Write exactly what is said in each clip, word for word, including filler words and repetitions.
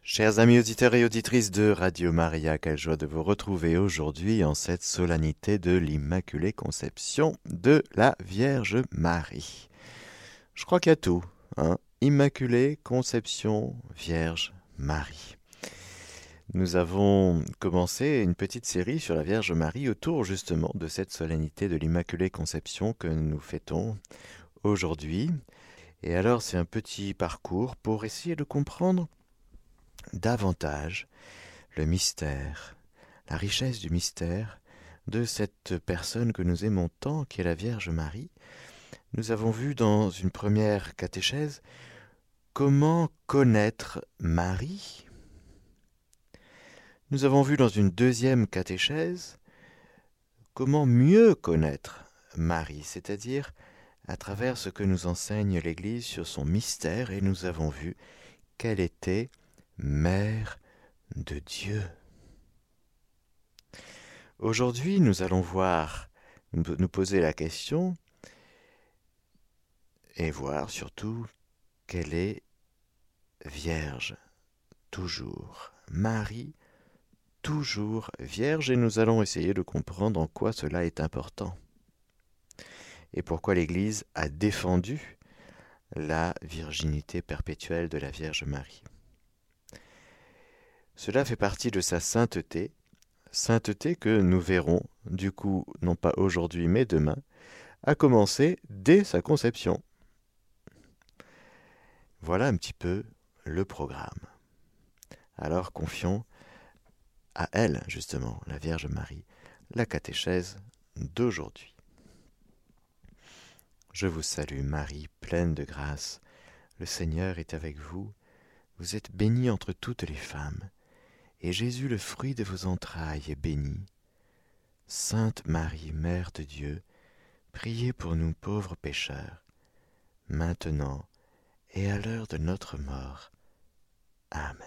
Chers amis auditeurs et auditrices de Radio Maria, quelle joie de vous retrouver aujourd'hui en cette solennité de l'Immaculée Conception de la Vierge Marie. Je crois qu'il y a tout, hein? Immaculée Conception Vierge Marie. Nous avons commencé une petite série sur la Vierge Marie autour justement de cette solennité de l'Immaculée Conception que nous fêtons aujourd'hui. Et alors c'est un petit parcours pour essayer de comprendre davantage le mystère, la richesse du mystère de cette personne que nous aimons tant, qui est la Vierge Marie. Nous avons vu dans une première catéchèse comment connaître Marie. Nous avons vu dans une deuxième catéchèse comment mieux connaître Marie, c'est-à-dire à travers ce que nous enseigne l'Église sur son mystère, et nous avons vu qu'elle était Mère de Dieu. Aujourd'hui, nous allons voir, nous poser la question et voir surtout qu'elle est vierge, toujours. Marie, toujours vierge, et nous allons essayer de comprendre en quoi cela est important et pourquoi l'Église a défendu la virginité perpétuelle de la Vierge Marie. Cela fait partie de sa sainteté, sainteté que nous verrons, du coup, non pas aujourd'hui mais demain, à commencer dès sa conception. Voilà un petit peu le programme. Alors confions à elle, justement, la Vierge Marie, la catéchèse d'aujourd'hui. Je vous salue Marie, pleine de grâce, le Seigneur est avec vous, vous êtes bénie entre toutes les femmes, et Jésus, le fruit de vos entrailles, est béni. Sainte Marie, Mère de Dieu, priez pour nous pauvres pécheurs, maintenant et à l'heure de notre mort. Amen.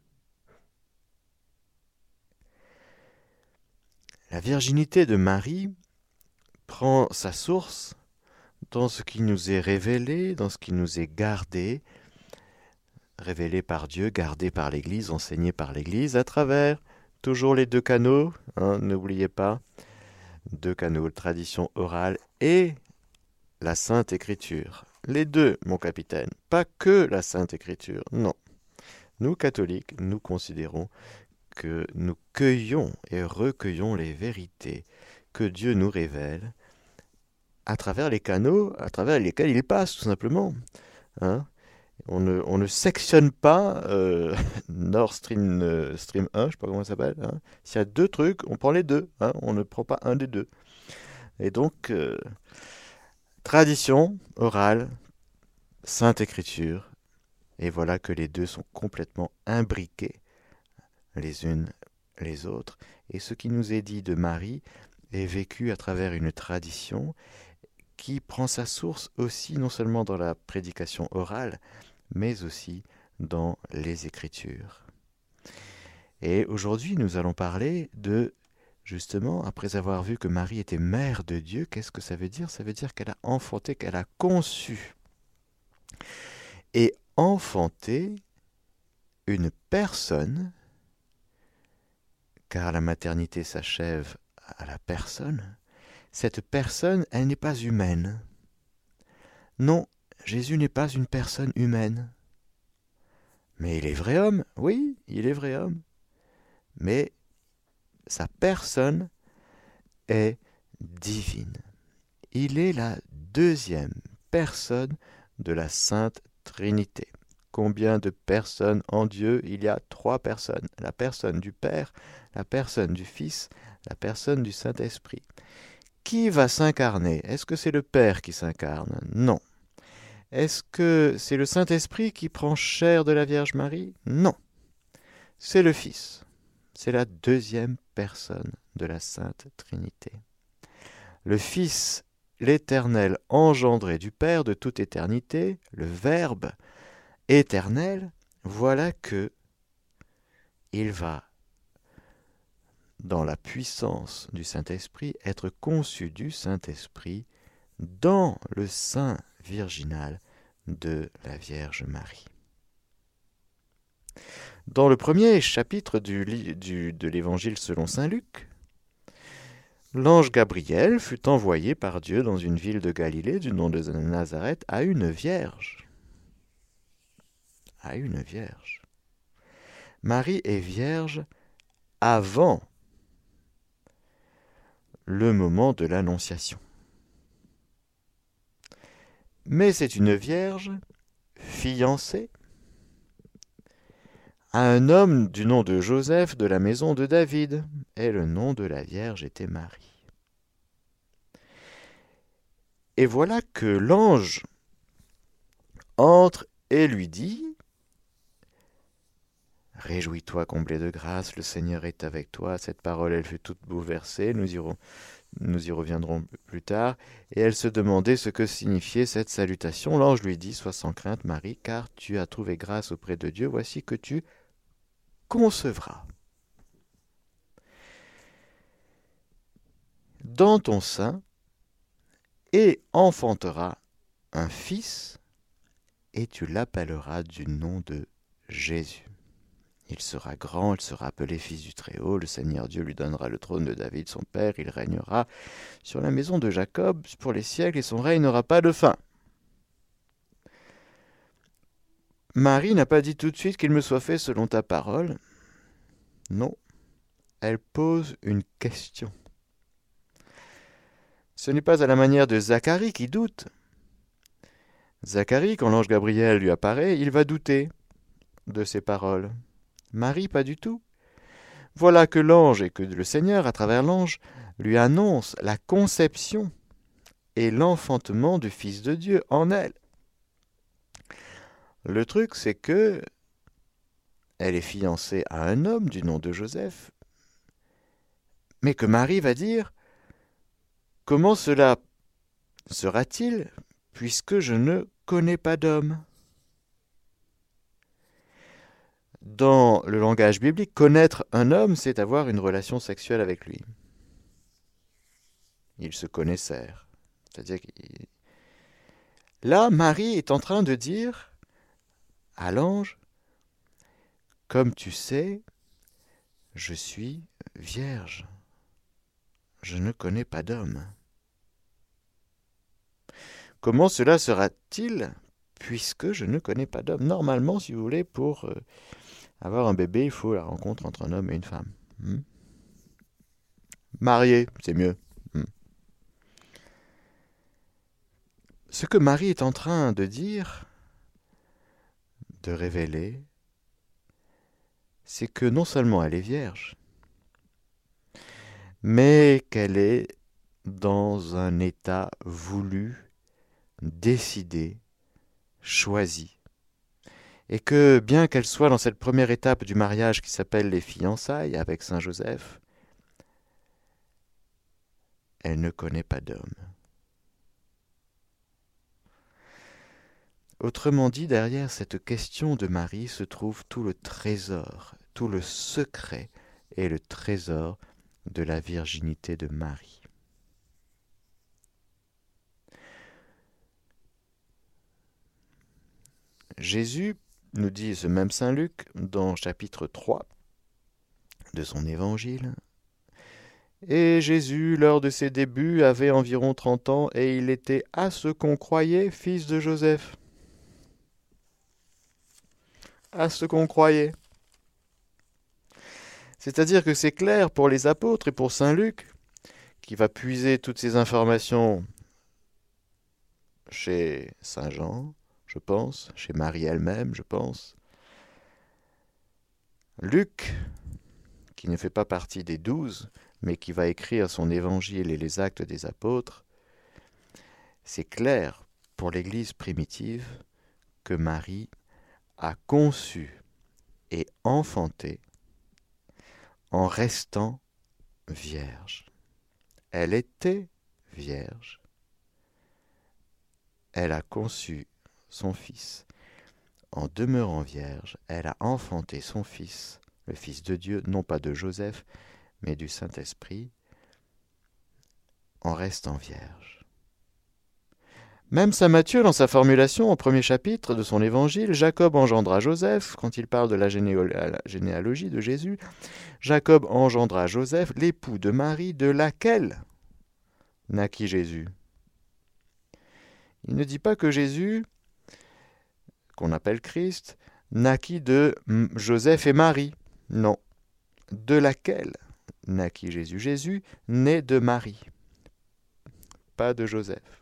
La virginité de Marie prend sa source dans ce qui nous est révélé, dans ce qui nous est gardé, révélé par Dieu, gardé par l'Église, enseigné par l'Église, à travers toujours les deux canaux, hein, n'oubliez pas, deux canaux, tradition orale et la Sainte Écriture. Les deux, mon capitaine, pas que la Sainte Écriture, non. Nous, catholiques, nous considérons que nous cueillons et recueillons les vérités que Dieu nous révèle à travers les canaux, à travers lesquels il passe, tout simplement, hein. On ne, on ne sectionne pas euh, Nord Stream, euh, Stream un, je ne sais pas comment ça s'appelle. Hein. S'il y a deux trucs, on prend les deux. Hein. On ne prend pas un des deux. Et donc, euh, tradition orale, Sainte Écriture, et voilà que les deux sont complètement imbriqués les unes les autres. Et ce qui nous est dit de Marie est vécu à travers une tradition qui prend sa source aussi non seulement dans la prédication orale, mais aussi dans les Écritures. Et aujourd'hui, nous allons parler de, justement, après avoir vu que Marie était mère de Dieu, qu'est-ce que ça veut dire? Ça veut dire qu'elle a enfanté, qu'elle a conçu et enfanté une personne, car la maternité s'achève à la personne. Cette personne, elle n'est pas humaine. Non, Jésus n'est pas une personne humaine. Mais il est vrai homme, oui, il est vrai homme. Mais sa personne est divine. Il est la deuxième personne de la Sainte Trinité. Combien de personnes en Dieu? Il y a trois personnes. La personne du Père, la personne du Fils, la personne du Saint-Esprit. Qui va s'incarner? Est-ce que c'est le Père qui s'incarne? Non. Est-ce que c'est le Saint-Esprit qui prend chair de la Vierge Marie? Non. C'est le Fils. C'est la deuxième personne de la Sainte Trinité. Le Fils, l'Éternel engendré du Père de toute éternité, le Verbe éternel, voilà que il va, dans la puissance du Saint-Esprit, être conçu du Saint-Esprit dans le sein virginal de la Vierge Marie. Dans le premier chapitre du, du, de l'Évangile selon saint Luc, l'ange Gabriel fut envoyé par Dieu dans une ville de Galilée du nom de Nazareth à une vierge. À une vierge. Marie est vierge avant le moment de l'Annonciation. Mais c'est une vierge fiancée à un homme du nom de Joseph de la maison de David, et le nom de la Vierge était Marie. Et voilà que l'ange entre et lui dit « Réjouis-toi, comblée de grâce, le Seigneur est avec toi. » Cette parole, elle fut toute bouleversée, nous, irons, nous y reviendrons plus tard, et elle se demandait ce que signifiait cette salutation. L'ange lui dit « Sois sans crainte, Marie, car tu as trouvé grâce auprès de Dieu, voici que tu concevras. Dans ton sein et enfanteras un fils, et tu l'appelleras du nom de Jésus. Il sera grand, il sera appelé fils du Très-Haut, le Seigneur Dieu lui donnera le trône de David, son père, il régnera sur la maison de Jacob pour les siècles, et son règne n'aura pas de fin. » Marie n'a pas dit tout de suite qu'il me soit fait selon ta parole. Non, elle pose une question. Ce n'est pas à la manière de Zacharie qui doute. Zacharie, quand l'ange Gabriel lui apparaît, il va douter de ses paroles. Marie, pas du tout. Voilà que l'ange et que le Seigneur, à travers l'ange, lui annonce la conception et l'enfantement du Fils de Dieu en elle. Le truc, c'est que elle est fiancée à un homme du nom de Joseph, mais que Marie va dire « Comment cela sera-t-il, puisque je ne connais pas d'homme ?» Dans le langage biblique, connaître un homme, c'est avoir une relation sexuelle avec lui. Ils se connaissèrent. C'est-à-dire que là, Marie est en train de dire à l'ange, comme tu sais, je suis vierge. Je ne connais pas d'homme. Comment cela sera-t-il, puisque je ne connais pas d'homme? Normalement, si vous voulez, pour euh, avoir un bébé, il faut la rencontre entre un homme et une femme. Hmm. Marié, c'est mieux. Hmm. Ce que Marie est en train de dire, de révéler, c'est que non seulement elle est vierge, mais qu'elle est dans un état voulu, décidé, choisi. Et que bien qu'elle soit dans cette première étape du mariage qui s'appelle les fiançailles avec Saint Joseph, elle ne connaît pas d'homme. Autrement dit, derrière cette question de Marie se trouve tout le trésor, tout le secret et le trésor de la virginité de Marie. Jésus, nous dit ce même Saint Luc, dans chapitre trois de son évangile, « Et Jésus, lors de ses débuts, avait environ trente ans, et il était, à ce qu'on croyait, fils de Joseph. » À ce qu'on croyait. C'est-à-dire que c'est clair pour les apôtres et pour Saint Luc, qui va puiser toutes ces informations chez Saint Jean, je pense, chez Marie elle-même, je pense. Luc, qui ne fait pas partie des douze, mais qui va écrire son évangile et les actes des apôtres, c'est clair pour l'Église primitive que Marie a conçu et enfanté en restant vierge. Elle était vierge. Elle a conçu son fils. En demeurant vierge, elle a enfanté son fils, le Fils de Dieu, non pas de Joseph, mais du Saint-Esprit, en restant vierge. Même saint Matthieu, dans sa formulation au premier chapitre de son évangile, Jacob engendra Joseph, quand il parle de la généalogie de Jésus, Jacob engendra Joseph, l'époux de Marie, de laquelle naquit Jésus. Il ne dit pas que Jésus, qu'on appelle Christ, naquit de Joseph et Marie. Non. De laquelle naquit Jésus. Jésus naît de Marie, pas de Joseph.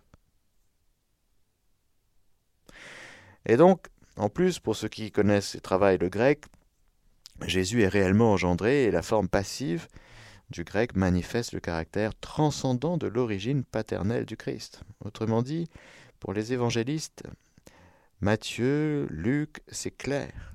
Et donc, en plus, pour ceux qui connaissent et travaillent le grec, Jésus est réellement engendré et la forme passive du grec manifeste le caractère transcendant de l'origine paternelle du Christ. Autrement dit, pour les évangélistes, Matthieu, Luc, c'est clair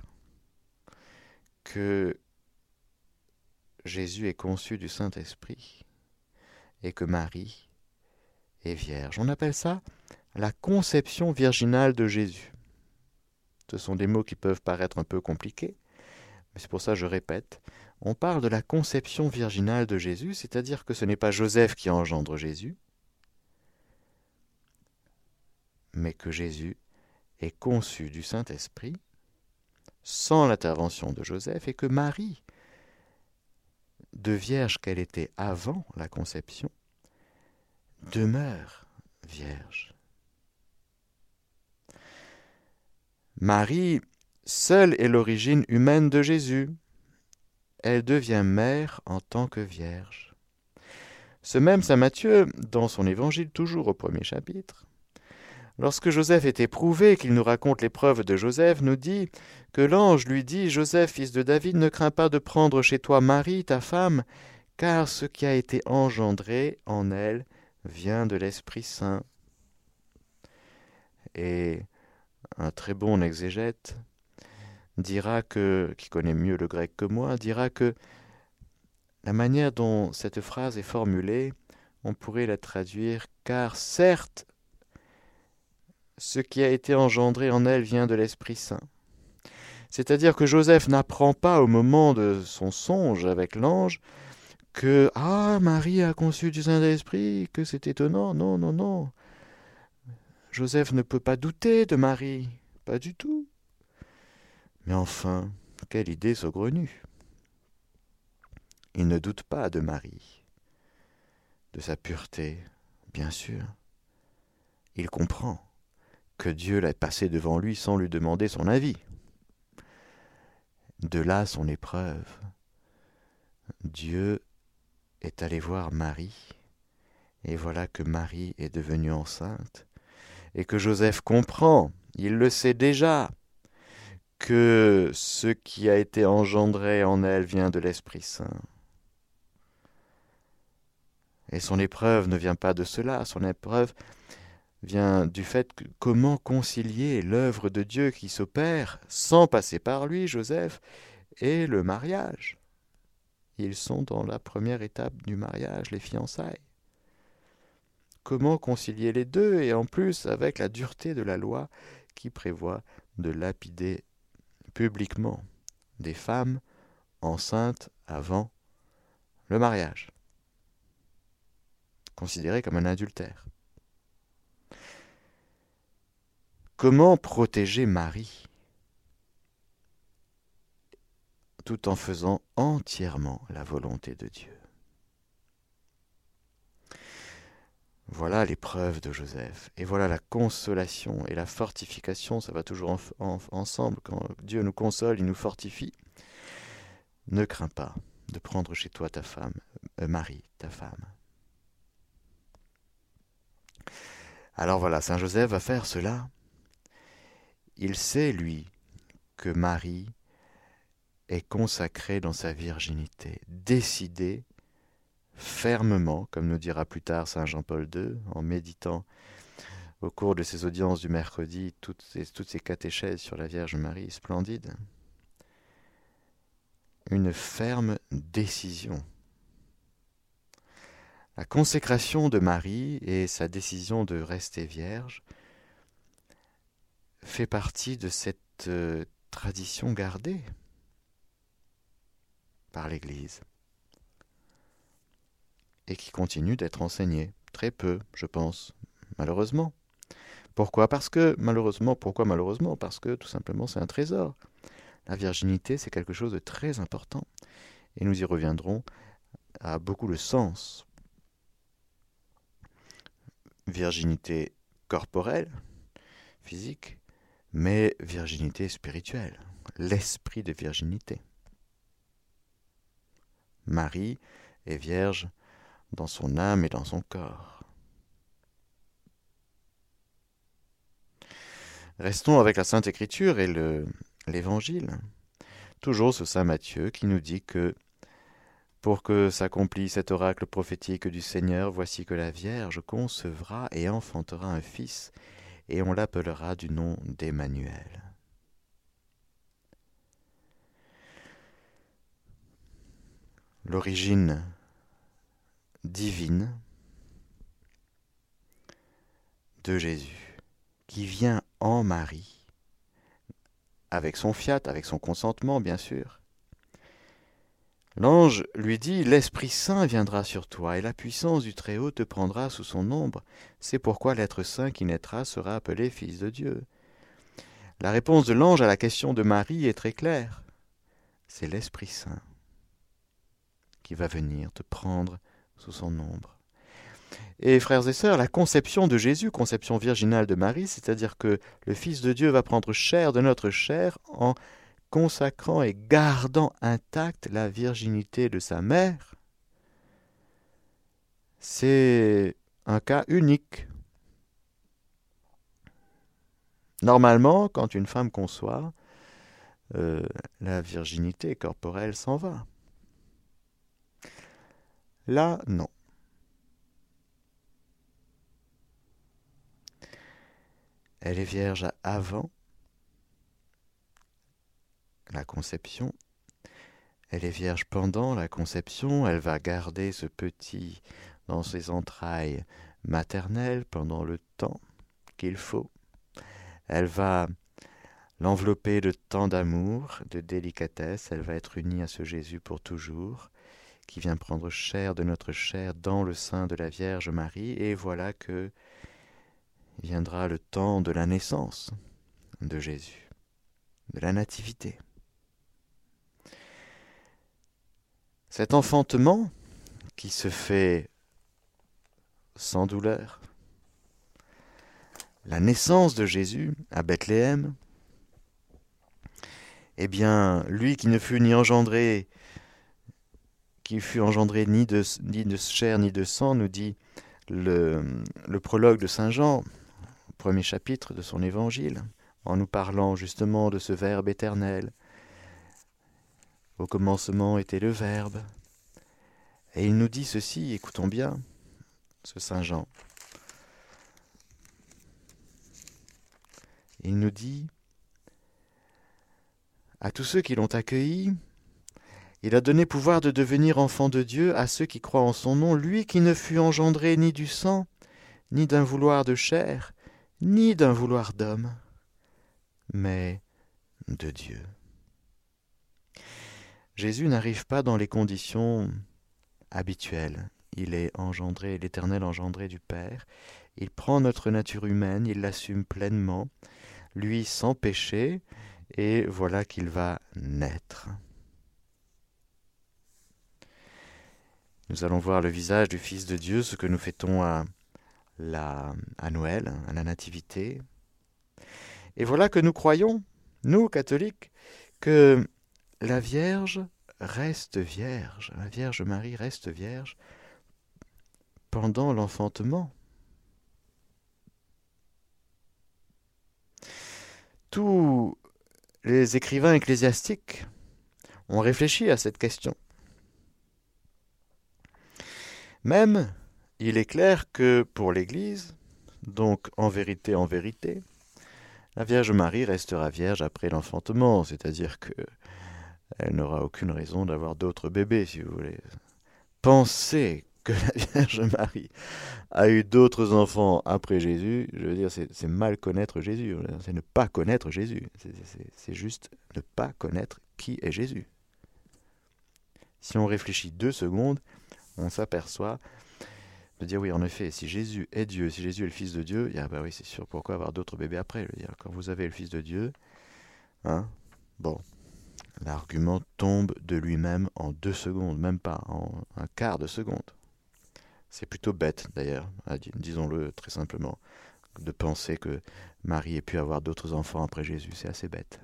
que Jésus est conçu du Saint-Esprit et que Marie est vierge. On appelle ça la conception virginale de Jésus. Ce sont des mots qui peuvent paraître un peu compliqués, mais c'est pour ça que je répète. On parle de la conception virginale de Jésus, c'est-à-dire que ce n'est pas Joseph qui engendre Jésus, mais que Jésus est conçu du Saint-Esprit sans l'intervention de Joseph et que Marie, de vierge qu'elle était avant la conception, demeure vierge. Marie, seule est l'origine humaine de Jésus. Elle devient mère en tant que vierge. Ce même saint Matthieu, dans son évangile, toujours au premier chapitre, lorsque Joseph est éprouvé, qu'il nous raconte l'épreuve de Joseph, nous dit que l'ange lui dit « Joseph, fils de David, ne crains pas de prendre chez toi Marie, ta femme, car ce qui a été engendré en elle vient de l'Esprit Saint. » Et un très bon exégète dira que, qui connaît mieux le grec que moi, dira que la manière dont cette phrase est formulée, on pourrait la traduire « car certes, ce qui a été engendré en elle vient de l'Esprit Saint. » C'est-à-dire que Joseph n'apprend pas au moment de son songe avec l'ange que « Ah, Marie a conçu du Saint-Esprit, que c'est étonnant. » Non, non, non. Joseph ne peut pas douter de Marie, pas du tout. Mais enfin, quelle idée saugrenue. Il ne doute pas de Marie, de sa pureté, bien sûr. Il comprend que Dieu l'a passé devant lui sans lui demander son avis. De là son épreuve. Dieu est allé voir Marie, et voilà que Marie est devenue enceinte, et que Joseph comprend, il le sait déjà, que ce qui a été engendré en elle vient de l'Esprit Saint. Et son épreuve ne vient pas de cela, son épreuve vient du fait que comment concilier l'œuvre de Dieu qui s'opère sans passer par lui, Joseph, et le mariage. Ils sont dans la première étape du mariage, les fiançailles. Comment concilier les deux, et en plus avec la dureté de la loi qui prévoit de lapider publiquement des femmes enceintes avant le mariage, considérées comme un adultère. Comment protéger Marie tout en faisant entièrement la volonté de Dieu? Voilà l'épreuve de Joseph, et voilà la consolation et la fortification, ça va toujours en, en, ensemble. Quand Dieu nous console, il nous fortifie. Ne crains pas de prendre chez toi ta femme, euh, Marie, ta femme. Alors voilà, Saint Joseph va faire cela. Il sait, lui, que Marie est consacrée dans sa virginité, décidée fermement, comme nous dira plus tard Saint Jean-Paul deux, en méditant au cours de ses audiences du mercredi, toutes ces, toutes ces catéchèses sur la Vierge Marie, splendide. Une ferme décision. La consécration de Marie et sa décision de rester vierge fait partie de cette euh, tradition gardée par l'Église et qui continue d'être enseignée, très peu, je pense, malheureusement, Pourquoi? Parce que, malheureusement, pourquoi malheureusement? Parce que, tout simplement, c'est un trésor. La virginité, c'est quelque chose de très important. Et nous y reviendrons, a beaucoup le sens. Virginité corporelle, physique, mais virginité spirituelle, l'esprit de virginité. Marie est vierge dans son âme et dans son corps. Restons avec la Sainte Écriture et le, l'Évangile. Toujours ce Saint Matthieu qui nous dit que pour que s'accomplisse cet oracle prophétique du Seigneur, voici que la Vierge concevra et enfantera un fils, et on l'appellera du nom d'Emmanuel. L'origine divine de Jésus, qui vient en Marie, avec son fiat, avec son consentement bien sûr. L'ange lui dit « L'Esprit Saint viendra sur toi, et la puissance du Très-Haut te prendra sous son ombre. C'est pourquoi l'être saint qui naîtra sera appelé Fils de Dieu. » La réponse de l'ange à la question de Marie est très claire. C'est l'Esprit Saint qui va venir te prendre sous son ombre. Et frères et sœurs, la conception de Jésus, conception virginale de Marie, c'est-à-dire que le Fils de Dieu va prendre chair de notre chair en consacrant et gardant intacte la virginité de sa mère, c'est un cas unique. Normalement, quand une femme conçoit, euh, la virginité corporelle s'en va. Là, non. Elle est vierge avant la conception. Elle est vierge pendant la conception. Elle va garder ce petit dans ses entrailles maternelles pendant le temps qu'il faut. Elle va l'envelopper de tant d'amour, de délicatesse. Elle va être unie à ce Jésus pour toujours, qui vient prendre chair de notre chair dans le sein de la Vierge Marie. Et voilà que viendra le temps de la naissance de Jésus, de la nativité. Cet enfantement qui se fait sans douleur, la naissance de Jésus à Bethléem, eh bien, lui qui ne fut ni engendré, qui fut engendré ni de, ni de chair ni de sang, nous dit le, le prologue de Saint Jean, premier chapitre de son évangile, en nous parlant justement de ce Verbe éternel. Au commencement était le Verbe. Et il nous dit ceci, écoutons bien, ce Saint Jean. Il nous dit, à tous ceux qui l'ont accueilli, il a donné pouvoir de devenir enfants de Dieu à ceux qui croient en son nom, lui qui ne fut engendré ni du sang, ni d'un vouloir de chair, ni d'un vouloir d'homme, mais de Dieu. Jésus n'arrive pas dans les conditions habituelles. Il est engendré, l'Éternel engendré du Père. Il prend notre nature humaine, il l'assume pleinement, lui sans péché, et voilà qu'il va naître. Nous allons voir le visage du Fils de Dieu, ce que nous fêtons à, la, à Noël, à la Nativité. Et voilà que nous croyons, nous catholiques, que la Vierge reste vierge, la Vierge Marie reste vierge pendant l'enfantement. Tous les écrivains ecclésiastiques ont réfléchi à cette question. Même, il est clair que pour l'Église, donc en vérité, en vérité, la Vierge Marie restera vierge après l'enfantement, c'est-à-dire que elle n'aura aucune raison d'avoir d'autres bébés, si vous voulez. Penser que la Vierge Marie a eu d'autres enfants après Jésus, je veux dire, c'est, c'est mal connaître Jésus, c'est ne pas connaître Jésus, c'est, c'est, c'est juste ne pas connaître qui est Jésus. Si on réfléchit deux secondes, on s'aperçoit de dire oui, en effet, si Jésus est Dieu, si Jésus est le Fils de Dieu, il y a, bah oui, c'est sûr, pourquoi avoir d'autres bébés après? Je veux dire, quand vous avez le Fils de Dieu, hein, bon, l'argument tombe de lui-même en deux secondes, même pas, en un quart de seconde. C'est plutôt bête, d'ailleurs, disons-le très simplement, de penser que Marie ait pu avoir d'autres enfants après Jésus. C'est assez bête.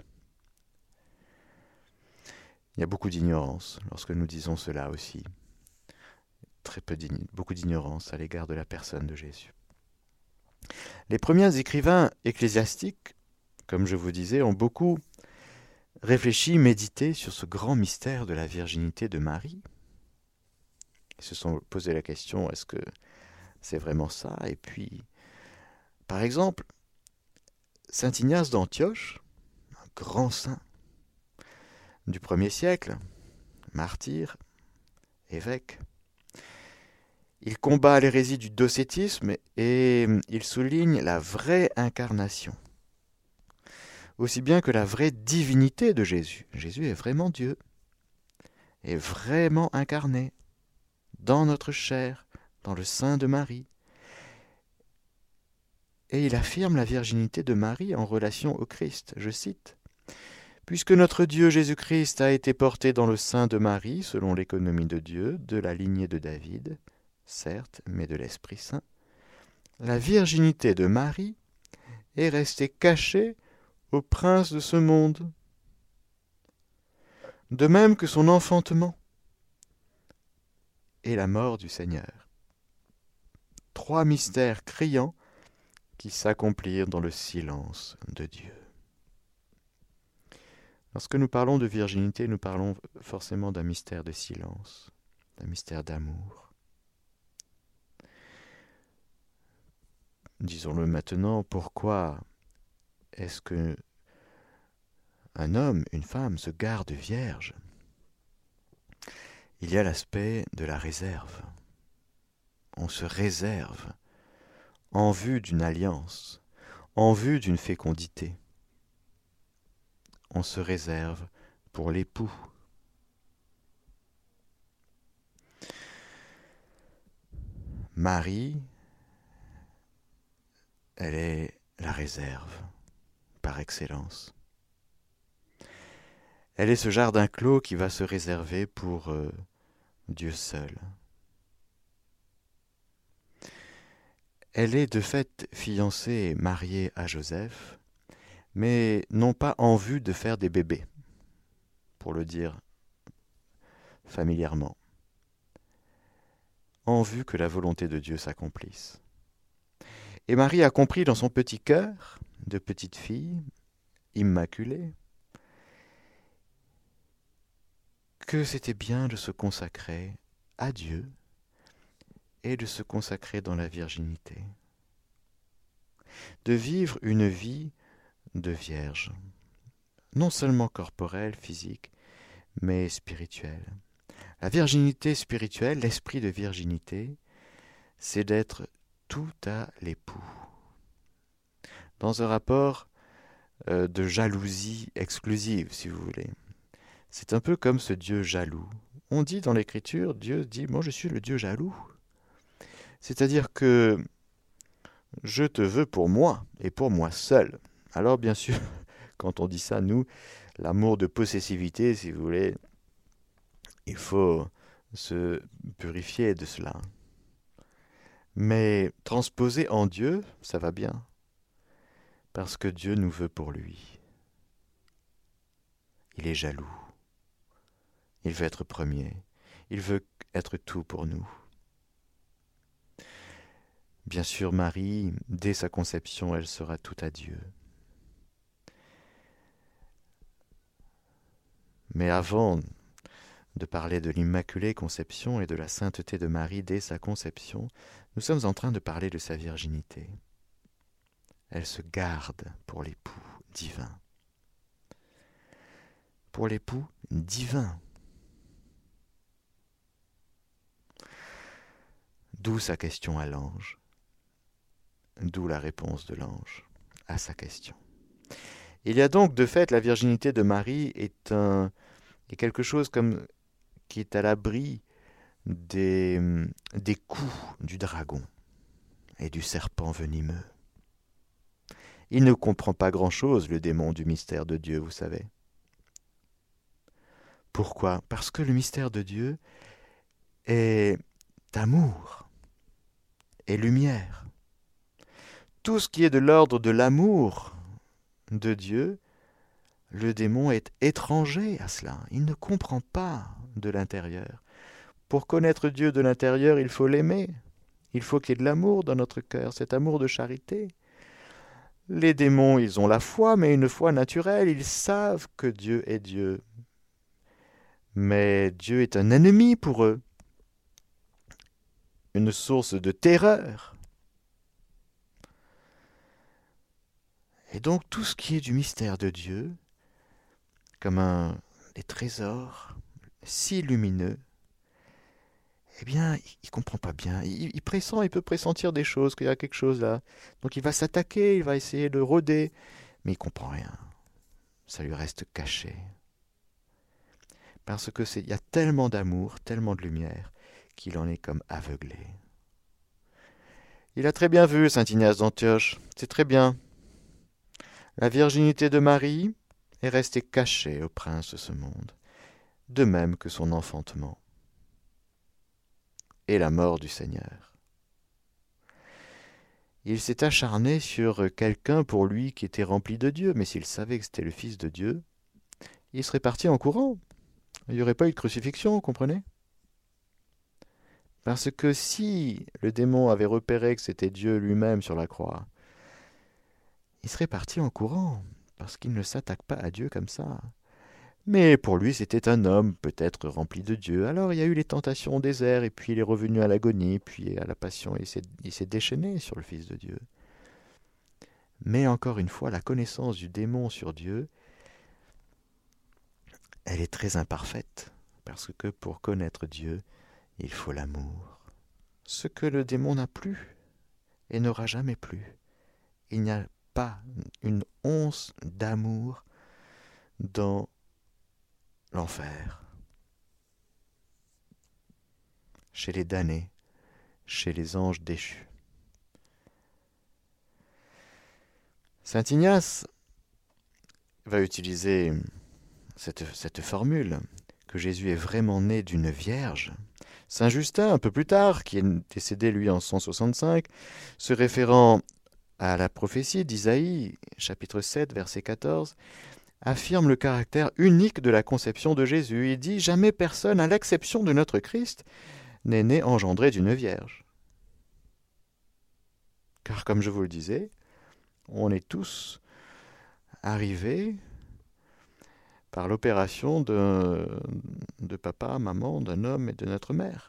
Il y a beaucoup d'ignorance lorsque nous disons cela aussi. Très peu d'ign- beaucoup d'ignorance à l'égard de la personne de Jésus. Les premiers écrivains ecclésiastiques, comme je vous disais, ont beaucoup réfléchi, médité sur ce grand mystère de la virginité de Marie. Ils se sont posé la question, est-ce que c'est vraiment ça? Et puis, par exemple, saint Ignace d'Antioche, un grand saint du premier siècle, martyr, évêque, il combat l'hérésie du docétisme et il souligne la vraie incarnation, aussi bien que la vraie divinité de Jésus. Jésus est vraiment Dieu, est vraiment incarné dans notre chair, dans le sein de Marie. Et il affirme la virginité de Marie en relation au Christ. Je cite, « Puisque notre Dieu Jésus-Christ a été porté dans le sein de Marie, selon l'économie de Dieu, de la lignée de David, certes, mais de l'Esprit Saint, la virginité de Marie est restée cachée au prince de ce monde, de même que son enfantement et la mort du Seigneur. Trois mystères criants qui s'accomplirent dans le silence de Dieu. » Lorsque nous parlons de virginité, nous parlons forcément d'un mystère de silence, d'un mystère d'amour. Disons-le maintenant, pourquoi est-ce que un homme, une femme se garde vierge? Il y a l'aspect de la réserve. On se réserve en vue d'une alliance, en vue d'une fécondité. On se réserve pour l'époux. Marie, elle est la réserve par excellence. Elle est ce jardin clos qui va se réserver pour euh, Dieu seul. Elle est de fait fiancée et mariée à Joseph, mais non pas en vue de faire des bébés, pour le dire familièrement, en vue que la volonté de Dieu s'accomplisse. Et Marie a compris dans son petit cœur de petite fille, immaculée, que c'était bien de se consacrer à Dieu et de se consacrer dans la virginité, de vivre une vie de vierge, non seulement corporelle, physique, mais spirituelle. La virginité spirituelle, l'esprit de virginité, c'est d'être tout à l'époux, dans un rapport euh, de jalousie exclusive, si vous voulez. C'est un peu comme ce Dieu jaloux. On dit dans l'Écriture, Dieu dit « Moi, je suis le Dieu jaloux ». C'est-à-dire que je te veux pour moi et pour moi seul. Alors, bien sûr, quand on dit ça, nous, l'amour de possessivité, si vous voulez, il faut se purifier de cela. Mais transposer en Dieu, ça va bien, parce que Dieu nous veut pour lui. Il est jaloux. Il veut être premier. Il veut être tout pour nous. Bien sûr, Marie, dès sa conception, elle sera tout à Dieu. Mais avant de parler de l'Immaculée Conception et de la sainteté de Marie dès sa conception, nous sommes en train de parler de sa virginité. Elle se garde pour l'époux divin. Pour l'époux divin. D'où sa question à l'ange. D'où la réponse de l'ange à sa question. Il y a donc de fait la virginité de Marie est, un, est quelque chose comme qui est à l'abri des, des coups du dragon et du serpent venimeux. Il ne comprend pas grand-chose, le démon, du mystère de Dieu, vous savez. Pourquoi ? Parce que le mystère de Dieu est amour et lumière. Tout ce qui est de l'ordre de l'amour de Dieu, le démon est étranger à cela. Il ne comprend pas de l'intérieur. Pour connaître Dieu de l'intérieur, il faut l'aimer. Il faut qu'il y ait de l'amour dans notre cœur, cet amour de charité. Les démons, ils ont la foi, mais une foi naturelle. Ils savent que Dieu est Dieu. Mais Dieu est un ennemi pour eux, une source de terreur. Et donc tout ce qui est du mystère de Dieu, comme un des trésors si lumineux, eh bien, il ne comprend pas bien. Il, il pressent, il peut pressentir des choses, qu'il y a quelque chose là. Donc il va s'attaquer, il va essayer de rôder, mais il ne comprend rien. Ça lui reste caché. Parce que c'est, il y a tellement d'amour, tellement de lumière, qu'il en est comme aveuglé. Il a très bien vu, saint Ignace d'Antioche, c'est très bien. La virginité de Marie est restée cachée au prince de ce monde, de même que son enfantement et la mort du Seigneur. Il s'est acharné sur quelqu'un pour lui qui était rempli de Dieu, mais s'il savait que c'était le Fils de Dieu, il serait parti en courant. Il n'y aurait pas eu de crucifixion, vous comprenez ? Parce que si le démon avait repéré que c'était Dieu lui-même sur la croix, il serait parti en courant, parce qu'il ne s'attaque pas à Dieu comme ça. Mais pour lui, c'était un homme, peut-être rempli de Dieu. Alors il y a eu les tentations au désert, et puis il est revenu à l'agonie, puis à la passion, et il s'est, il s'est déchaîné sur le Fils de Dieu. Mais encore une fois, la connaissance du démon sur Dieu, elle est très imparfaite, parce que pour connaître Dieu, il faut l'amour. Ce que le démon n'a plus, et n'aura jamais plus. Il n'y a pas une once d'amour dans l'enfer, chez les damnés, chez les anges déchus. Saint Ignace va utiliser cette, cette formule, que Jésus est vraiment né d'une vierge. Saint Justin, un peu plus tard, qui est décédé lui en cent soixante-cinq, se référant à la prophétie d'Isaïe, chapitre sept, verset quatorze, affirme le caractère unique de la conception de Jésus. Il dit « Jamais personne, à l'exception de notre Christ, n'est né engendré d'une vierge. » Car comme je vous le disais, on est tous arrivés par l'opération de, de papa, maman, d'un homme et de notre mère.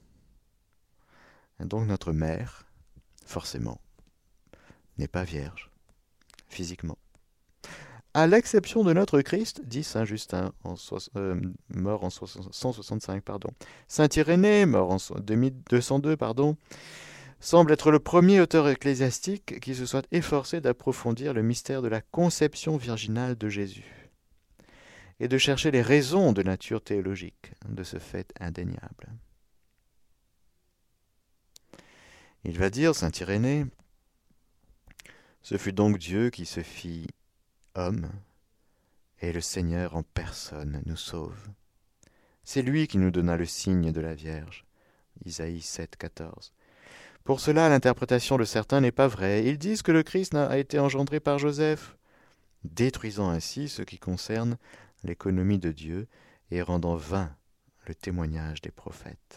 Et donc notre mère, forcément, n'est pas vierge, physiquement. À l'exception de notre Christ, dit saint Justin, en so euh, mort en cent soixante-cinq, pardon. Saint Irénée, mort en deux mille deux cent deux, pardon, semble être le premier auteur ecclésiastique qui se soit efforcé d'approfondir le mystère de la conception virginale de Jésus et de chercher les raisons de nature théologique de ce fait indéniable. Il va dire, saint Irénée, « Ce fut donc Dieu qui se fit homme, et le Seigneur en personne nous sauve. C'est lui qui nous donna le signe de la Vierge. » Isaïe sept, quatorze. Pour cela, l'interprétation de certains n'est pas vraie. Ils disent que le Christ a été engendré par Joseph, détruisant ainsi ce qui concerne l'économie de Dieu et rendant vain le témoignage des prophètes.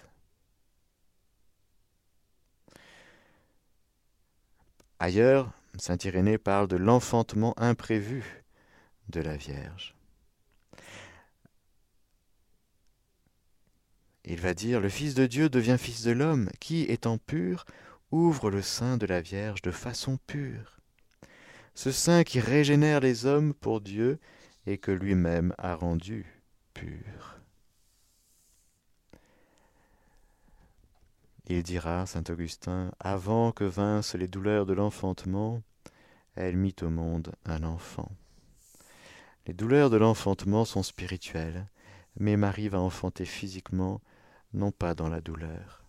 Ailleurs, saint Irénée parle de l'enfantement imprévu de la Vierge. Il va dire « Le Fils de Dieu devient Fils de l'homme, qui, étant pur, ouvre le sein de la Vierge de façon pure. Ce sein qui régénère les hommes pour Dieu et que lui-même a rendu pur. » Il dira, saint Augustin, « Avant que vinssent les douleurs de l'enfantement, elle mit au monde un enfant. » Les douleurs de l'enfantement sont spirituelles, mais Marie va enfanter physiquement non pas dans la douleur.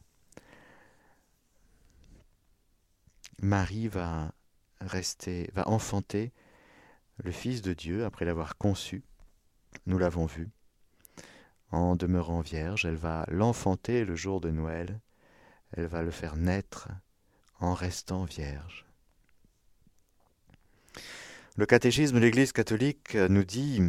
Marie va rester, va enfanter le Fils de Dieu après l'avoir conçu, nous l'avons vu. En demeurant vierge, elle va l'enfanter le jour de Noël, elle va le faire naître en restant vierge. Le catéchisme de l'Église catholique nous dit,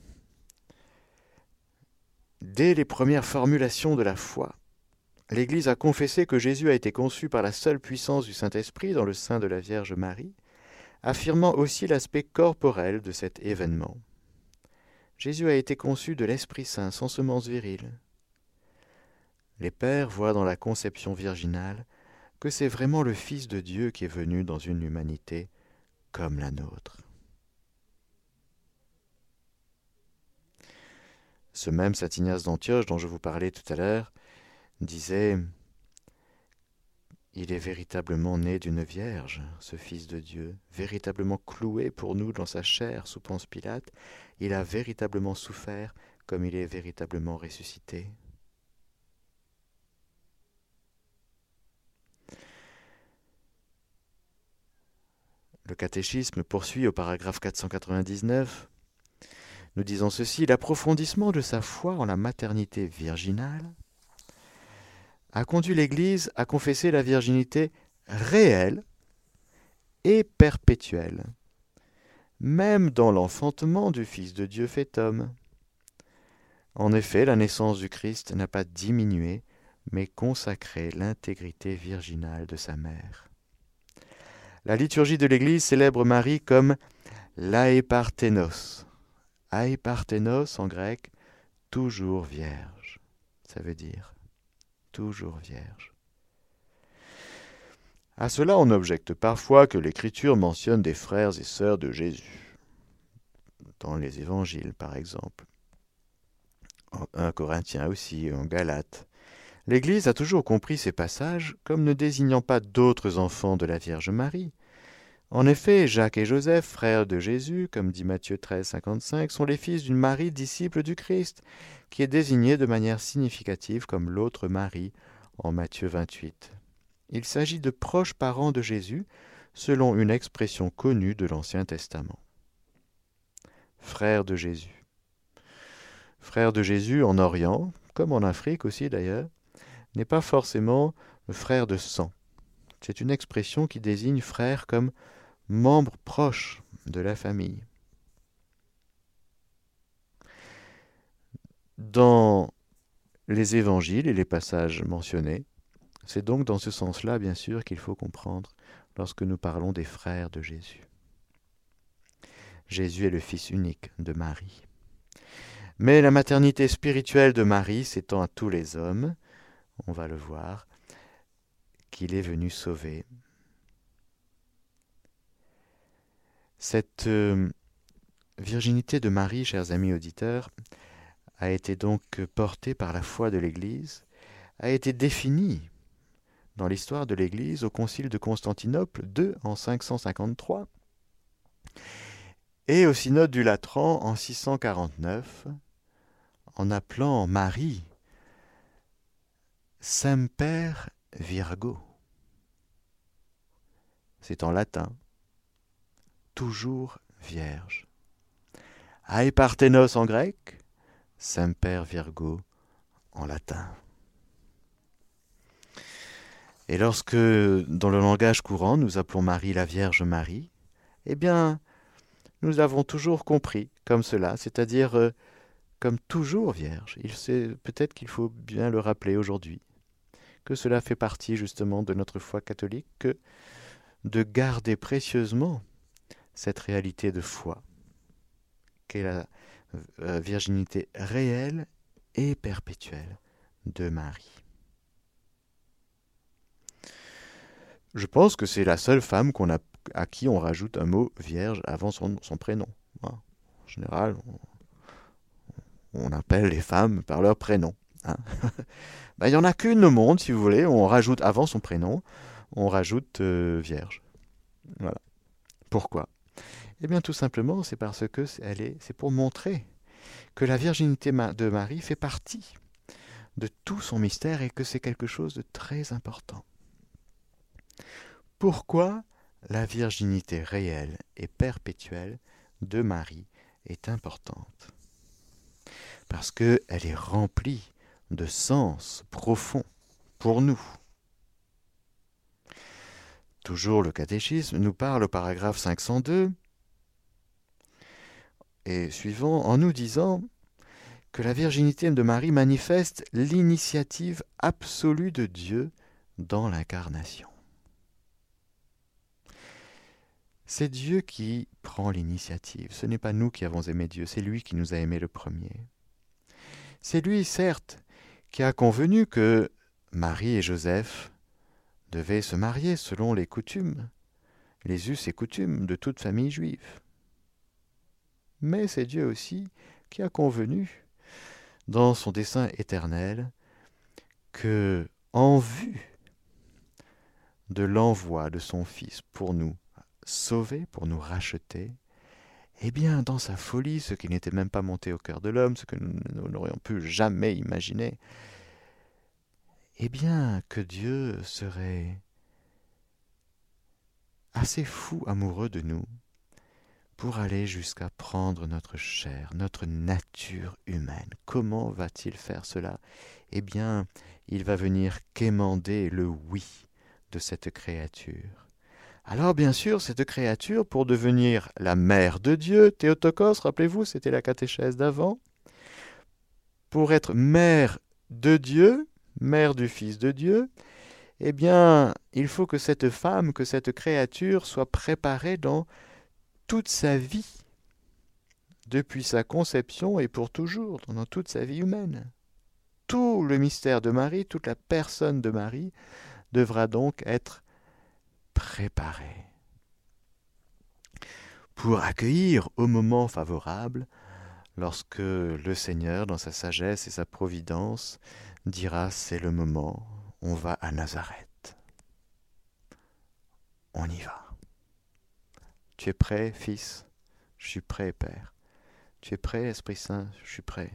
dès les premières formulations de la foi, l'Église a confessé que Jésus a été conçu par la seule puissance du Saint-Esprit dans le sein de la Vierge Marie, affirmant aussi l'aspect corporel de cet événement. Jésus a été conçu de l'Esprit Saint sans semence virile. Les pères voient dans la conception virginale que c'est vraiment le Fils de Dieu qui est venu dans une humanité comme la nôtre. Ce même saint Ignace d'Antioche dont je vous parlais tout à l'heure disait « Il est véritablement né d'une vierge, ce Fils de Dieu, véritablement cloué pour nous dans sa chair sous Ponce Pilate. Il a véritablement souffert comme il est véritablement ressuscité. » Le catéchisme poursuit au paragraphe quatre cent quatre-vingt-dix-neuf. Nous disons ceci, l'approfondissement de sa foi en la maternité virginale a conduit l'Église à confesser la virginité réelle et perpétuelle, même dans l'enfantement du Fils de Dieu fait homme. En effet, la naissance du Christ n'a pas diminué, mais consacré l'intégrité virginale de sa mère. La liturgie de l'Église célèbre Marie comme l'aéparténos. Aéparténos en grec, toujours vierge. Ça veut dire toujours vierge. À cela, on objecte parfois que l'Écriture mentionne des frères et sœurs de Jésus, dans les évangiles par exemple, en un Corinthiens aussi, en Galates. L'Église a toujours compris ces passages comme ne désignant pas d'autres enfants de la Vierge Marie. En effet, Jacques et Joseph, frères de Jésus, comme dit Matthieu treize, cinquante-cinq, sont les fils d'une Marie disciple du Christ, qui est désignée de manière significative comme l'autre Marie en Matthieu vingt-huit. Il s'agit de proches parents de Jésus, selon une expression connue de l'Ancien Testament. Frères de Jésus. Frère de Jésus en Orient, comme en Afrique aussi d'ailleurs, n'est pas forcément le frère de sang. C'est une expression qui désigne frère comme membre proche de la famille. Dans les évangiles et les passages mentionnés, c'est donc dans ce sens-là, bien sûr, qu'il faut comprendre lorsque nous parlons des frères de Jésus. Jésus est le fils unique de Marie. Mais la maternité spirituelle de Marie s'étend à tous les hommes, on va le voir, qu'il est venu sauver. Cette euh, virginité de Marie, chers amis auditeurs, a été donc portée par la foi de l'Église, a été définie dans l'histoire de l'Église au Concile de Constantinople deux en cinq cent cinquante-trois et au Synode du Latran en six cent quarante-neuf, en appelant Marie Semper Virgo. C'est en latin, toujours vierge. Aeparthenos en grec, Semper Virgo en latin. Et lorsque, dans le langage courant, nous appelons Marie la Vierge Marie, eh bien, nous avons toujours compris comme cela, c'est-à-dire euh, comme toujours vierge. Il sait, peut-être qu'il faut bien le rappeler aujourd'hui, que cela fait partie justement de notre foi catholique, que de garder précieusement cette réalité de foi, qu'est la euh, virginité réelle et perpétuelle de Marie. Je pense que c'est la seule femme qu'on a, à qui on rajoute un mot vierge avant son, son prénom. En général, on, on appelle les femmes par leur prénom. Hein. Ben, il n'y en a qu'une au monde, si vous voulez, on rajoute avant son prénom, on rajoute euh, vierge. Voilà. Pourquoi ? Eh bien, tout simplement, c'est parce que c'est, elle est, c'est pour montrer que la virginité de Marie fait partie de tout son mystère et que c'est quelque chose de très important. Pourquoi la virginité réelle et perpétuelle de Marie est importante? Parce qu'elle est remplie de sens profond pour nous. Toujours le catéchisme nous parle au paragraphe cinq cent deux et suivant en nous disant que la virginité de Marie manifeste l'initiative absolue de Dieu dans l'incarnation. C'est Dieu qui prend l'initiative. Ce n'est pas nous qui avons aimé Dieu, c'est lui qui nous a aimés le premier. C'est lui, certes, qui a convenu que Marie et Joseph devaient se marier selon les coutumes, les us et coutumes de toute famille juive. Mais c'est Dieu aussi qui a convenu, dans son dessein éternel, que, en vue de l'envoi de son Fils pour nous sauver, pour nous racheter, eh bien, dans sa folie, ce qui n'était même pas monté au cœur de l'homme, ce que nous, nous n'aurions pu jamais imaginer, eh bien, que Dieu serait assez fou amoureux de nous pour aller jusqu'à prendre notre chair, notre nature humaine. Comment va-t-il faire cela? Eh bien, il va venir quémander le oui de cette créature. Alors bien sûr, cette créature, pour devenir la mère de Dieu, Théotokos, rappelez-vous, c'était la catéchèse d'avant, pour être mère de Dieu, mère du Fils de Dieu, eh bien, il faut que cette femme, que cette créature soit préparée dans toute sa vie, depuis sa conception et pour toujours, dans toute sa vie humaine. Tout le mystère de Marie, toute la personne de Marie devra donc être préparée pour accueillir au moment favorable, lorsque le Seigneur, dans sa sagesse et sa providence, dira « c'est le moment, on va à Nazareth. On y va. Tu es prêt, Fils? Je suis prêt, Père. Tu es prêt, Esprit Saint? Je suis prêt.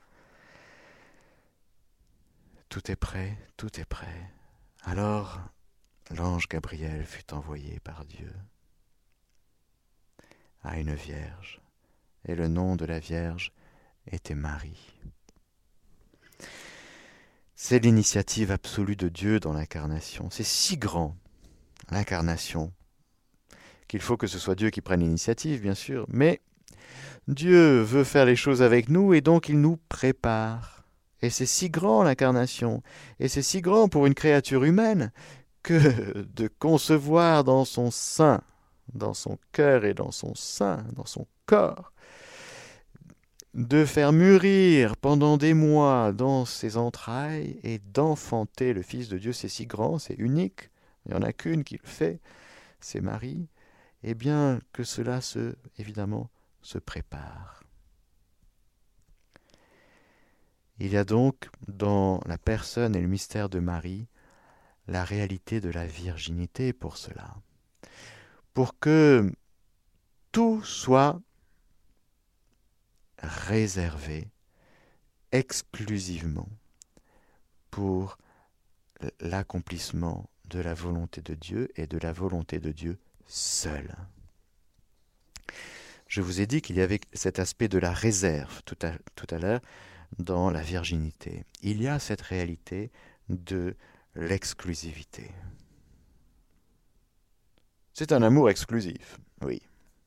Tout est prêt, tout est prêt. » Alors, l'ange Gabriel fut envoyé par Dieu à une vierge, et le nom de la vierge était Marie. C'est l'initiative absolue de Dieu dans l'incarnation. C'est si grand, l'incarnation, qu'il faut que ce soit Dieu qui prenne l'initiative, bien sûr, mais Dieu veut faire les choses avec nous et donc il nous prépare. Et c'est si grand l'incarnation, et c'est si grand pour une créature humaine que de concevoir dans son sein, dans son cœur et dans son sein, dans son corps, de faire mûrir pendant des mois dans ses entrailles et d'enfanter le Fils de Dieu, c'est si grand, c'est unique, il n'y en a qu'une qui le fait, c'est Marie, et bien que cela se, évidemment, se prépare. Il y a donc dans la personne et le mystère de Marie la réalité de la virginité pour cela, pour que tout soit réservé exclusivement pour l'accomplissement de la volonté de Dieu et de la volonté de Dieu seule. Je vous ai dit qu'il y avait cet aspect de la réserve tout à, tout à l'heure dans la virginité. Il y a cette réalité de l'exclusivité. C'est un amour exclusif, oui.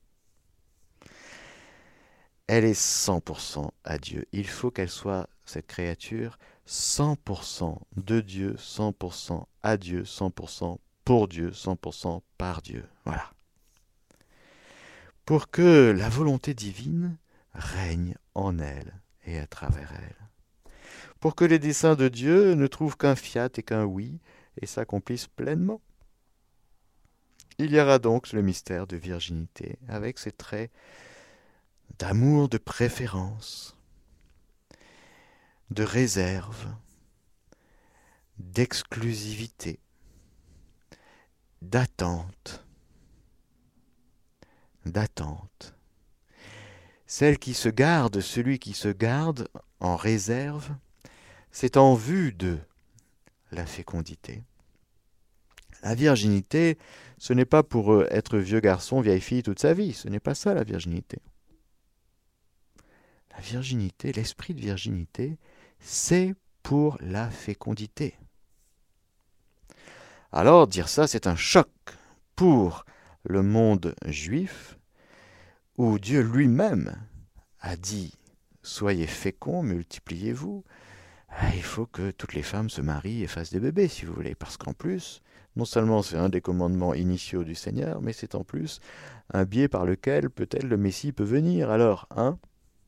Elle est cent pour cent à Dieu. Il faut qu'elle soit, cette créature, cent pour cent de Dieu, cent pour cent à Dieu, cent pour cent pour Dieu, cent pour cent par Dieu. Voilà. Pour que la volonté divine règne en elle et à travers elle. Pour que les desseins de Dieu ne trouvent qu'un fiat et qu'un oui et s'accomplissent pleinement. Il y aura donc le mystère de virginité avec ses traits d'amour, de préférence, de réserve, d'exclusivité, d'attente, d'attente. Celle qui se garde, celui qui se garde en réserve, c'est en vue de la fécondité. La virginité, ce n'est pas pour euh, être vieux garçon, vieille fille toute sa vie. Ce n'est pas ça la virginité. La virginité, l'esprit de virginité, c'est pour la fécondité. Alors, dire ça, c'est un choc pour le monde juif, où Dieu lui-même a dit « Soyez féconds, multipliez-vous ». Il faut que toutes les femmes se marient et fassent des bébés, si vous voulez, parce qu'en plus, non seulement c'est un des commandements initiaux du Seigneur, mais c'est en plus un biais par lequel peut-être le Messie peut venir. Alors, hein,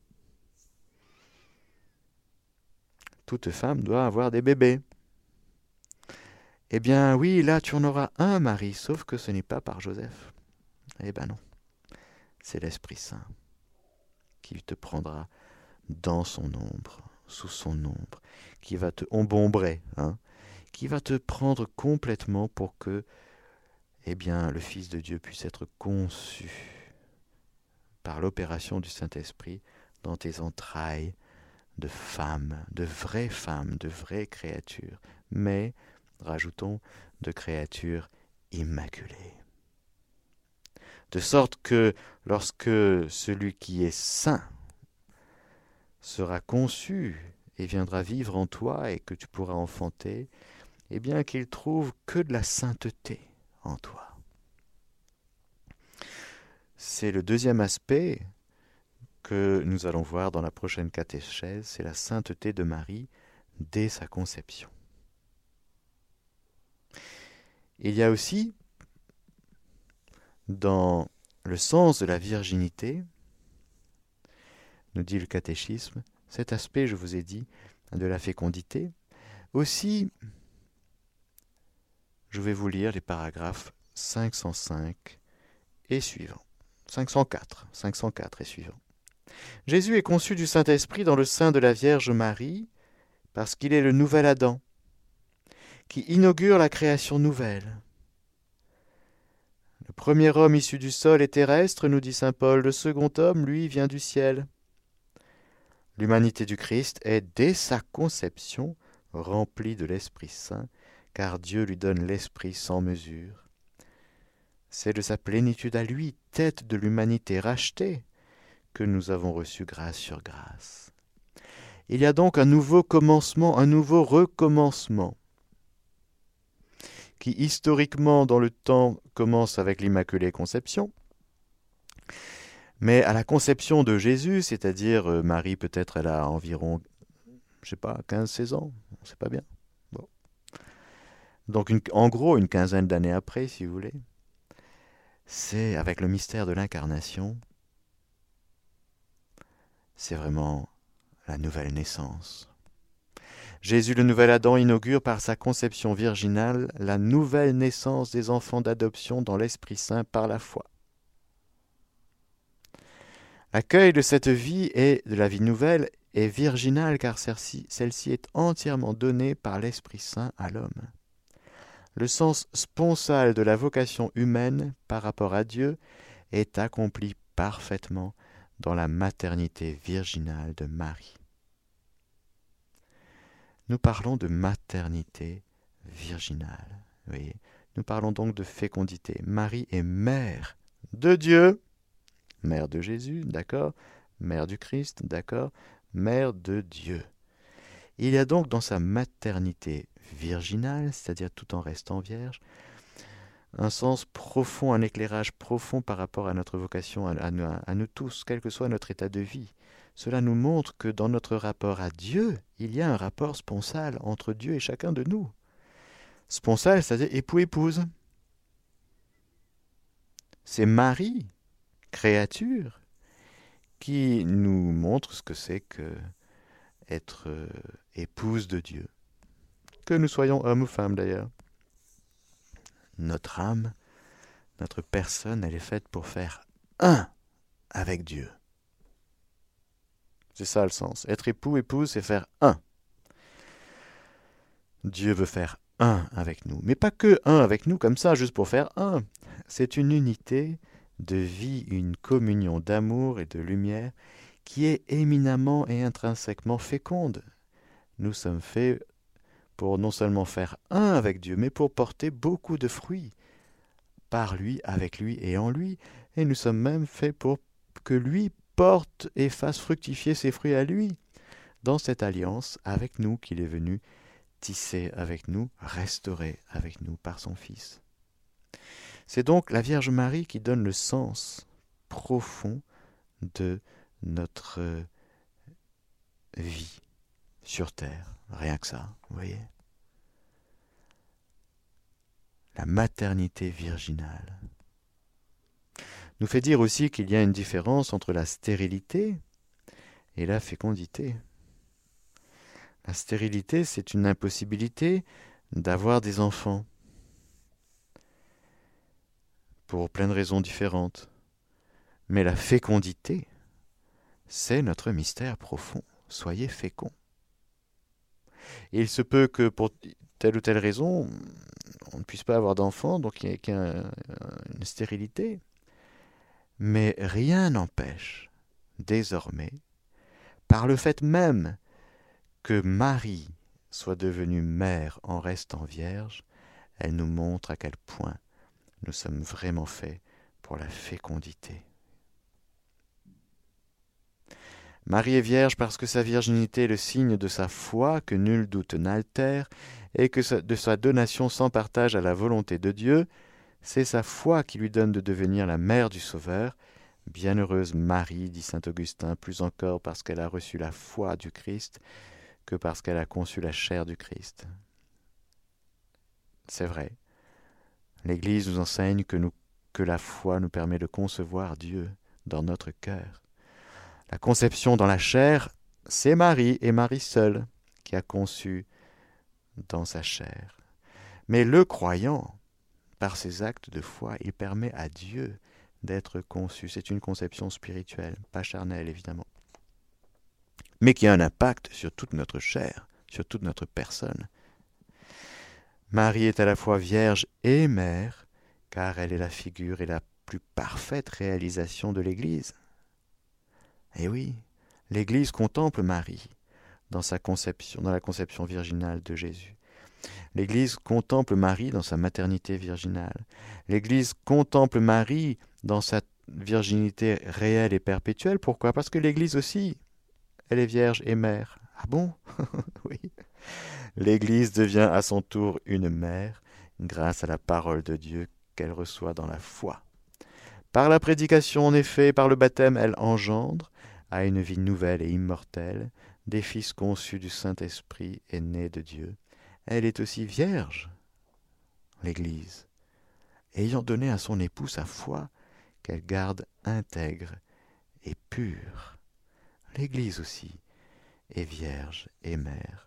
toute femme doit avoir des bébés. Eh bien oui, là tu en auras un, Marie, sauf que ce n'est pas par Joseph. Eh ben non, c'est l'Esprit Saint qui te prendra dans son ombre, sous son ombre, qui va te embombrer, hein, qui va te prendre complètement pour que, eh bien, le Fils de Dieu puisse être conçu par l'opération du Saint-Esprit dans tes entrailles de femme, de vraie femme, de vraie créature, mais, rajoutons, de créature immaculée. De sorte que lorsque celui qui est saint sera conçu et viendra vivre en toi et que tu pourras enfanter, eh bien qu'il trouve que de la sainteté en toi. C'est le deuxième aspect que nous allons voir dans la prochaine catéchèse, c'est la sainteté de Marie dès sa conception. Il y a aussi, dans le sens de la virginité, nous dit le catéchisme, cet aspect, je vous ai dit, de la fécondité. Aussi, je vais vous lire les paragraphes cinq cent cinq et suivants. cinq cent quatre, cinq cent quatre et suivants. Jésus est conçu du Saint-Esprit dans le sein de la Vierge Marie, parce qu'il est le nouvel Adam, qui inaugure la création nouvelle. Le premier homme issu du sol est terrestre, nous dit saint Paul, le second homme, lui, vient du ciel. L'humanité du Christ est, dès sa conception, remplie de l'Esprit Saint, car Dieu lui donne l'Esprit sans mesure. C'est de sa plénitude à lui, tête de l'humanité rachetée, que nous avons reçu grâce sur grâce. Il y a donc un nouveau commencement, un nouveau recommencement, qui historiquement dans le temps commence avec l'Immaculée Conception, mais à la conception de Jésus, c'est-à-dire euh, Marie peut-être elle a environ, je sais pas, quinze seize ans, on ne sait pas bien. Bon. Donc une, en gros une quinzaine d'années après, si vous voulez, c'est avec le mystère de l'incarnation, c'est vraiment la nouvelle naissance. Jésus, le nouvel Adam, inaugure par sa conception virginale la nouvelle naissance des enfants d'adoption dans l'Esprit Saint par la foi. L'accueil de cette vie et de la vie nouvelle est virginal car celle-ci, celle-ci est entièrement donnée par l'Esprit Saint à l'homme. Le sens sponsal de la vocation humaine par rapport à Dieu est accompli parfaitement dans la maternité virginale de Marie. Nous parlons de maternité virginale. Vous voyez, nous parlons donc de fécondité. Marie est mère de Dieu, mère de Jésus, d'accord, mère du Christ, d'accord, mère de Dieu. Il y a donc dans sa maternité virginale, c'est-à-dire tout en restant vierge, un sens profond, un éclairage profond par rapport à notre vocation, à, à, à nous tous, quel que soit notre état de vie. Cela nous montre que dans notre rapport à Dieu, il y a un rapport sponsal entre Dieu et chacun de nous. Sponsal, c'est-à-dire époux-épouse. C'est Marie, créature, qui nous montre ce que c'est que être euh, épouse de Dieu. Que nous soyons hommes ou femmes d'ailleurs. Notre âme, notre personne, elle est faite pour faire un avec Dieu. C'est ça le sens. Être époux, épouse, c'est faire un. Dieu veut faire un avec nous. Mais pas que un avec nous, comme ça, juste pour faire un. C'est une unité de vie, une communion d'amour et de lumière qui est éminemment et intrinsèquement féconde. nous sommes faits pour non seulement faire un avec Dieu, mais pour porter beaucoup de fruits par lui, avec lui et en lui. Et nous sommes même faits pour que lui porte et fasse fructifier ses fruits à lui, dans cette alliance avec nous qu'il est venu tisser avec nous, restaurer avec nous par son Fils. C'est donc la Vierge Marie qui donne le sens profond de notre vie sur terre. Rien que ça, vous voyez. La maternité virginale nous fait dire aussi qu'il y a une différence entre la stérilité et la fécondité. La stérilité, c'est une impossibilité d'avoir des enfants, pour plein de raisons différentes. Mais la fécondité, c'est notre mystère profond. Soyez féconds. Et il se peut que pour telle ou telle raison, on ne puisse pas avoir d'enfants, donc il n'y ait qu'une stérilité. Mais rien n'empêche, désormais, par le fait même que Marie soit devenue mère en restant vierge, elle nous montre à quel point nous sommes vraiment faits pour la fécondité. Marie est vierge parce que sa virginité est le signe de sa foi que nul doute n'altère et que de sa donation sans partage à la volonté de Dieu. C'est sa foi qui lui donne de devenir la mère du Sauveur. Bienheureuse Marie, dit saint Augustin, plus encore parce qu'elle a reçu la foi du Christ que parce qu'elle a conçu la chair du Christ. C'est vrai. L'Église nous enseigne que, nous, que la foi nous permet de concevoir Dieu dans notre cœur. La conception dans la chair, c'est Marie, et Marie seule, qui a conçu dans sa chair. Mais le croyant, par ses actes de foi, il permet à Dieu d'être conçu. C'est une conception spirituelle, pas charnelle évidemment, mais qui a un impact sur toute notre chair, sur toute notre personne. Marie est à la fois vierge et mère, car elle est la figure et la plus parfaite réalisation de l'Église. Et oui, l'Église contemple Marie dans sa conception, dans la conception virginale de Jésus. L'Église contemple Marie dans sa maternité virginale. L'Église contemple Marie dans sa virginité réelle et perpétuelle. Pourquoi ? Parce que l'Église aussi, elle est vierge et mère. Ah bon ? Oui. L'Église devient à son tour une mère grâce à la parole de Dieu qu'elle reçoit dans la foi. Par la prédication, en effet, par le baptême, elle engendre à une vie nouvelle et immortelle des fils conçus du Saint-Esprit et nés de Dieu. Elle est aussi vierge, l'Église, ayant donné à son époux sa foi qu'elle garde intègre et pure. L'Église aussi est vierge et mère.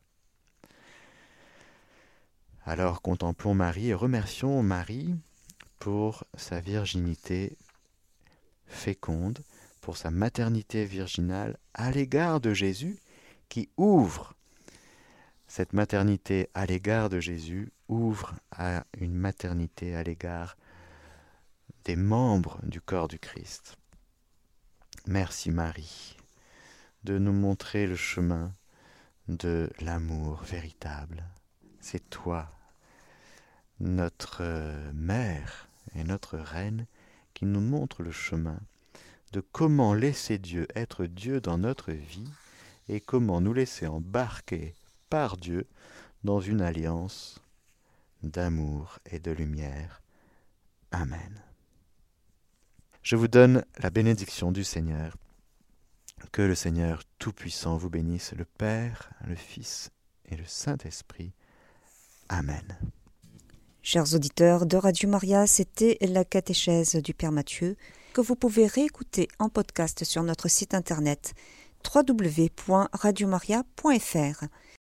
Alors contemplons Marie et remercions Marie pour sa virginité féconde, pour sa maternité virginale à l'égard de Jésus, qui ouvre, cette maternité à l'égard de Jésus, ouvre à une maternité à l'égard des membres du corps du Christ. Merci Marie de nous montrer le chemin de l'amour véritable. C'est toi, notre mère et notre reine, qui nous montre le chemin de comment laisser Dieu être Dieu dans notre vie et comment nous laisser embarquer par Dieu dans une alliance d'amour et de lumière. Amen. Je vous donne la bénédiction du Seigneur. Que le Seigneur Tout-Puissant vous bénisse, le Père, le Fils et le Saint-Esprit. Amen. Chers auditeurs de Radio Maria, c'était la catéchèse du Père Mathieu que vous pouvez réécouter en podcast sur notre site internet w w w point radio maria point f r.